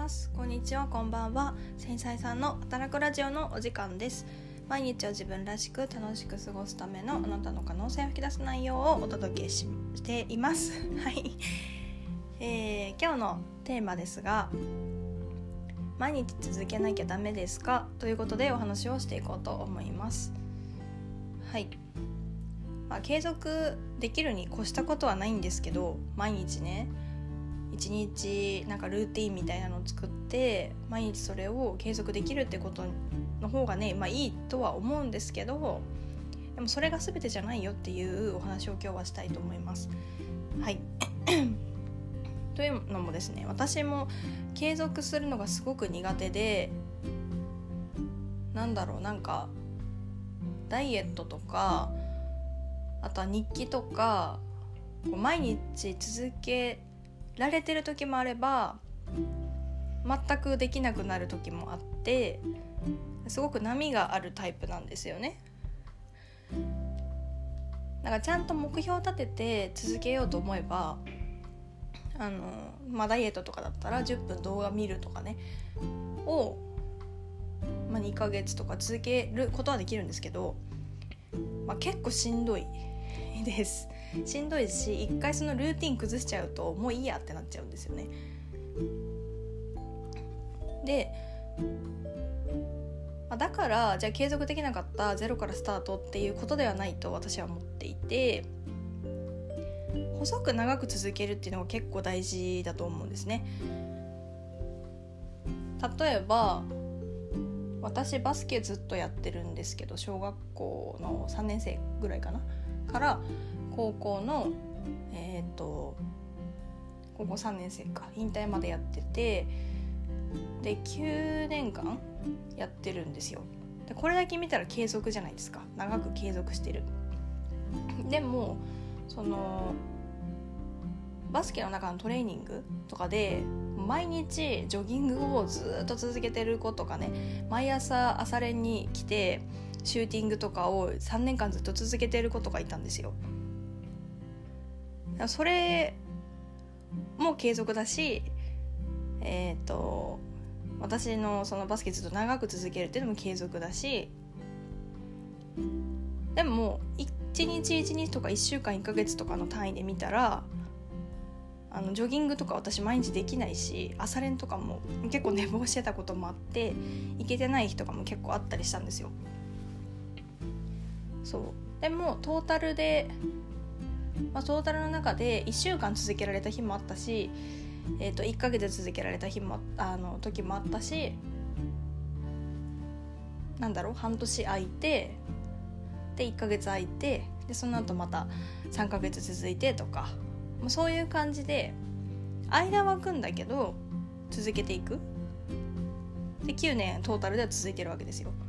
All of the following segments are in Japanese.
ます。こんにちは、こんばんは。繊細さんの働くラジオのお時間です。毎日を自分らしく楽しく過ごすためのあなたの可能性を引き出す内容をお届けしていますはい、今日のテーマですが、毎日続けなきゃダメですかということでお話をしていこうと思います。はい、継続できるに越したことはないんですけど、毎日ね一日なんかルーティンみたいなのを作って毎日それを継続できるってことの方がね、いいとは思うんですけど、でもそれが全てじゃないよっていうお話を今日はしたいと思います。はいというのもですね、私も継続するのがすごく苦手で、なんかダイエットとか、あとは日記とか毎日続けられてる時もあれば全くできなくなる時もあって、すごく波があるタイプなんですよね。だからちゃんと目標を立てて続けようと思えばダイエットとかだったら10分動画見るとかねを、2ヶ月とか続けることはできるんですけど、結構しんどいです。しんどいし、一回そのルーティン崩しちゃうともういいやってなっちゃうんですよね。で、だからじゃあ継続できなかったゼロからスタートっていうことではないと私は思っていて、細く長く続けるっていうのが結構大事だと思うんですね。例えば私バスケずっとやってるんですけど、小学校の3年生ぐらいかなから高校の高校3年生か引退までやってて、で9年間やってるんですよ。でこれだけ見たら継続じゃないですか。長く継続してる。でもそのバスケの中のトレーニングとかで毎日ジョギングをずっと続けてる子とかね、毎朝朝練に来てシューティングとかを3年間ずっと続けてる子とかいたんですよ。それも継続だし、私のそのバスケずっと長く続けるっていうのも継続だし、でも1日1日とか1週間1ヶ月とかの単位で見たらジョギングとか私毎日できないし、朝練とかも結構寝坊してたこともあって行けてない日とかも結構あったりしたんですよ。そうでもトータルの中で1週間続けられた日もあったし、1ヶ月続けられた日も時もあったし、半年空いてで1ヶ月空いてでその後また3ヶ月続いてとか、そういう感じで間は空くんだけど続けていく。で9年トータルでは続いてるわけですよ。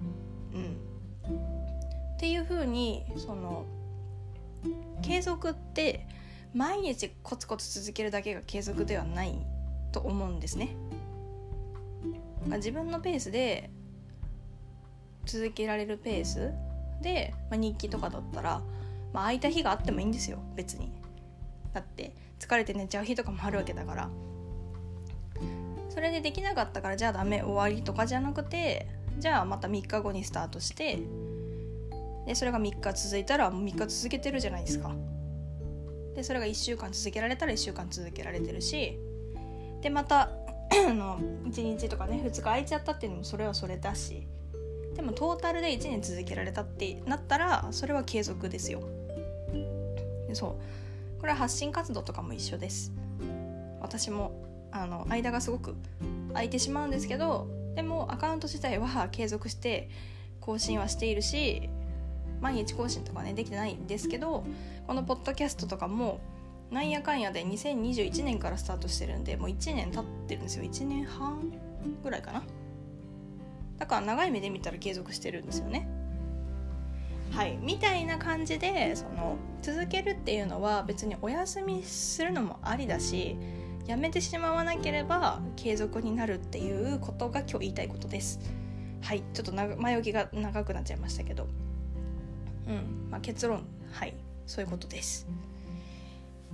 っていう風にその継続って毎日コツコツ続けるだけが継続ではないと思うんですね。自分のペースで続けられるペースで、日記とかだったら、空いた日があってもいいんですよ。別にだって疲れて寝ちゃう日とかもあるわけだから。それでできなかったからじゃあダメ終わりとかじゃなくて、じゃあまた3日後にスタートして、でそれが3日続いたらもう3日続けてるじゃないですか。でそれが1週間続けられたら1週間続けられてるし、でまた1日とかね2日空いちゃったっていうのもそれはそれだし、でもトータルで1年続けられたってなったらそれは継続ですよ。でそうこれは発信活動とかも一緒です。私も間がすごく空いてしまうんですけど、でもアカウント自体は継続して更新はしているし、毎日更新とかねできてないんですけど、このポッドキャストとかもなんやかんやで2021年からスタートしてるんで、もう1年経ってるんですよ。1年半ぐらいかな。だから長い目で見たら継続してるんですよね。はいみたいな感じで、その続けるっていうのは別にお休みするのもありだし、やめてしまわなければ継続になるっていうことが今日言いたいことです。はいちょっと前置きが長くなっちゃいましたけど、結論そういうことです。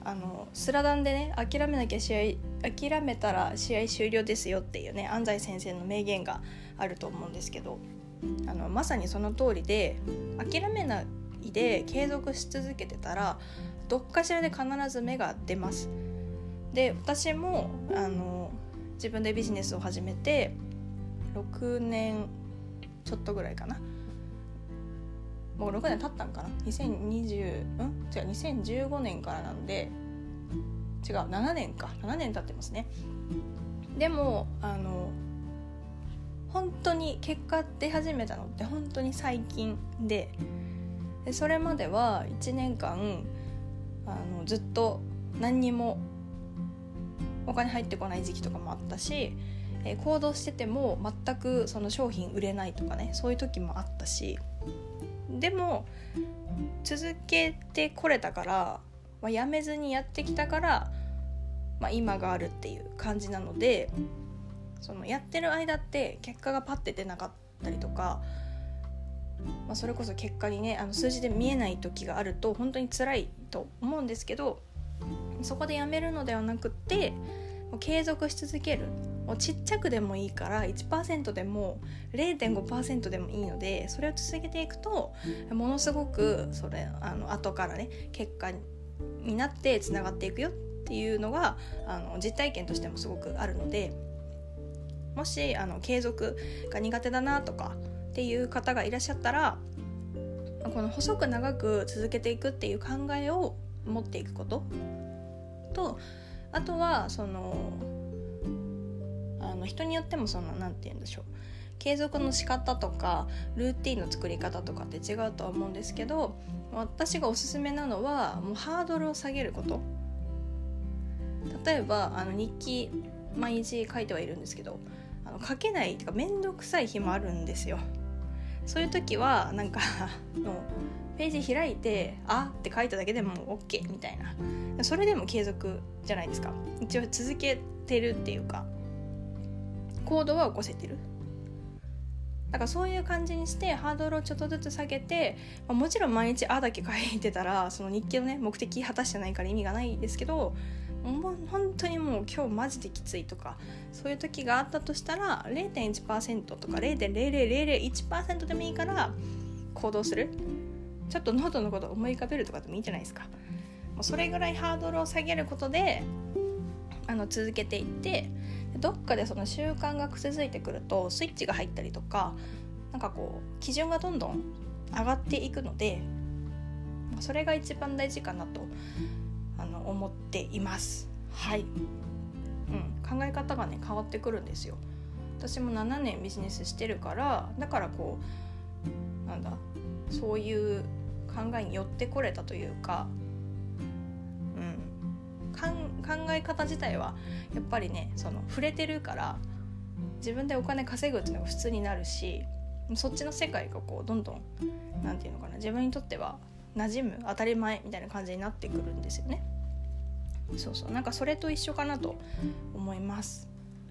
スラダンでね、諦めたら試合終了ですよっていうね、安西先生の名言があると思うんですけど、まさにその通りで、諦めないで継続し続けてたらどっかしらで必ず芽が出ます。で、私も自分でビジネスを始めて6年ちょっとぐらいかな、もう6年経ったんかな、2015年からなので、7年経ってますね。でも本当に結果出始めたのって本当に最近で、それまでは1年間ずっと何にもお金入ってこない時期とかもあったし、行動してても全くその商品売れないとかね、そういう時もあったし、でも続けてこれたから、やめずにやってきたから、今があるっていう感じなので、そのやってる間って結果がパッて出なかったりとか、それこそ結果にね数字で見えない時があると本当に辛いと思うんですけど、そこでやめるのではなくって継続し続ける、ちっちゃくでもいいから 1% でも 0.5% でもいいので、それを続けていくとものすごくそれ後からね結果になってつながっていくよっていうのが実体験としてもすごくあるので、もし継続が苦手だなとかっていう方がいらっしゃったら、この細く長く続けていくっていう考えを持っていくことと、あとは人によってもなんて言うんでしょう、継続の仕方とかルーティンの作り方とかって違うとは思うんですけど、私がおすすめなのはもうハードルを下げること。例えば日記毎日書いてはいるんですけど、書けないとかめんどくさい日もあるんですよ。そういう時はなんかページ開いてって書いただけでも OK みたいな、それでも継続じゃないですか。一応続けてるっていうか行動は起こせてる。だからそういう感じにしてハードルをちょっとずつ下げて、もちろん毎日だけ書いてたらその日記のね目的果たしてないから意味がないですけど、もう本当にもう今日マジできついとかそういう時があったとしたら 0.1% とか 0.00001% でもいいから行動する。ちょっとノートのことを思い浮かべるとかでもいいじゃないですか。もうそれぐらいハードルを下げることで続けていって、どっかでその習慣が続いてくるとスイッチが入ったりとか、なんかこう基準がどんどん上がっていくので、それが一番大事かなと思っています。はい、考え方がね変わってくるんですよ。私も7年ビジネスしてるから、だからこうそういう考えに寄ってこれたというか、考え方自体はやっぱりね触れてるから自分でお金稼ぐっていうのが普通になるし、そっちの世界がこうどんどんなんていうのかな、自分にとっては馴染む当たり前みたいな感じになってくるんですよね。なんかそれと一緒かなと思います。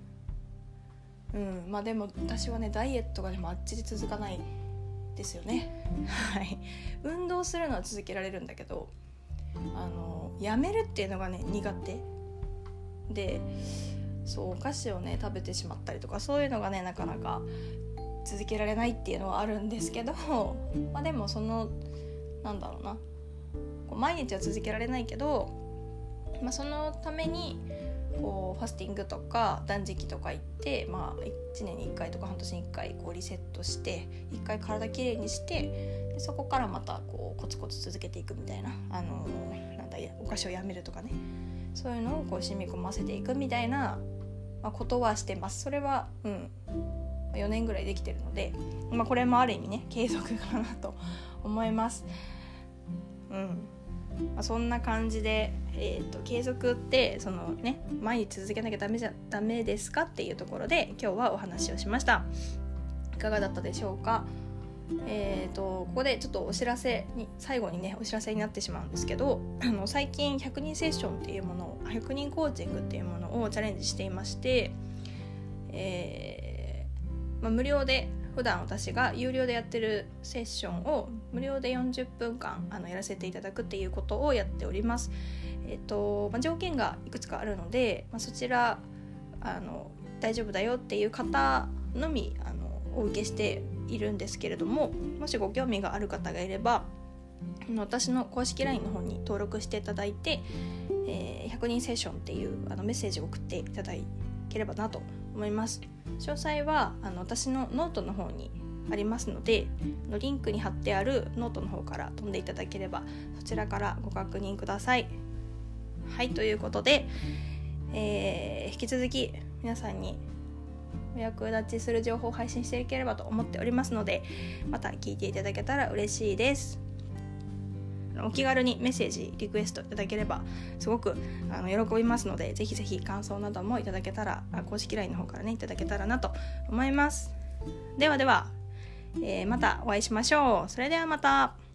でも私はねダイエットがでもあっちで続かないですよね。はい、運動するのは続けられるんだけどやめるっていうのがね苦手で、お菓子をね食べてしまったりとかそういうのがねなかなか続けられないっていうのはあるんですけど、でもなんだろうな、毎日は続けられないけど、そのためにこうファスティングとか断食とか行って、1年に1回とか半年に1回こうリセットして1回体きれいにして、でそこからまたこうコツコツ続けていくみたいな、お菓子をやめるとかね、そういうのをこう染み込ませていくみたいな、ことはしてます。それは4年ぐらいできてるので、これもある意味ね継続かなと思います。そんな感じで、継続って毎日続けなきゃダメですかっていうところで今日はお話をしました。いかがだったでしょうか。ここでちょっと最後にねお知らせになってしまうんですけど、最近100人セッションっていうものを100人コーチングっていうものをチャレンジしていまして、無料で普段私が有料でやってるセッションを無料で40分間やらせていただくっていうことをやっております。条件がいくつかあるので、そちら大丈夫だよっていう方のみお受けしているんですけれども、もしご興味がある方がいれば私の公式 LINE の方に登録していただいて、100人セッションっていうメッセージを送っていただければなと思います。詳細は私のノートの方にありますので、リンクに貼ってあるノートの方から飛んでいただければそちらからご確認ください。はい、ということで、引き続き皆さんにお役立ちする情報を配信していければと思っておりますので、また聞いていただけたら嬉しいです。お気軽にメッセージリクエストいただければすごく喜びますので、ぜひぜひ感想などもいただけたら、公式 LINE の方からねいただけたらなと思います。ではでは、またお会いしましょう。それではまた。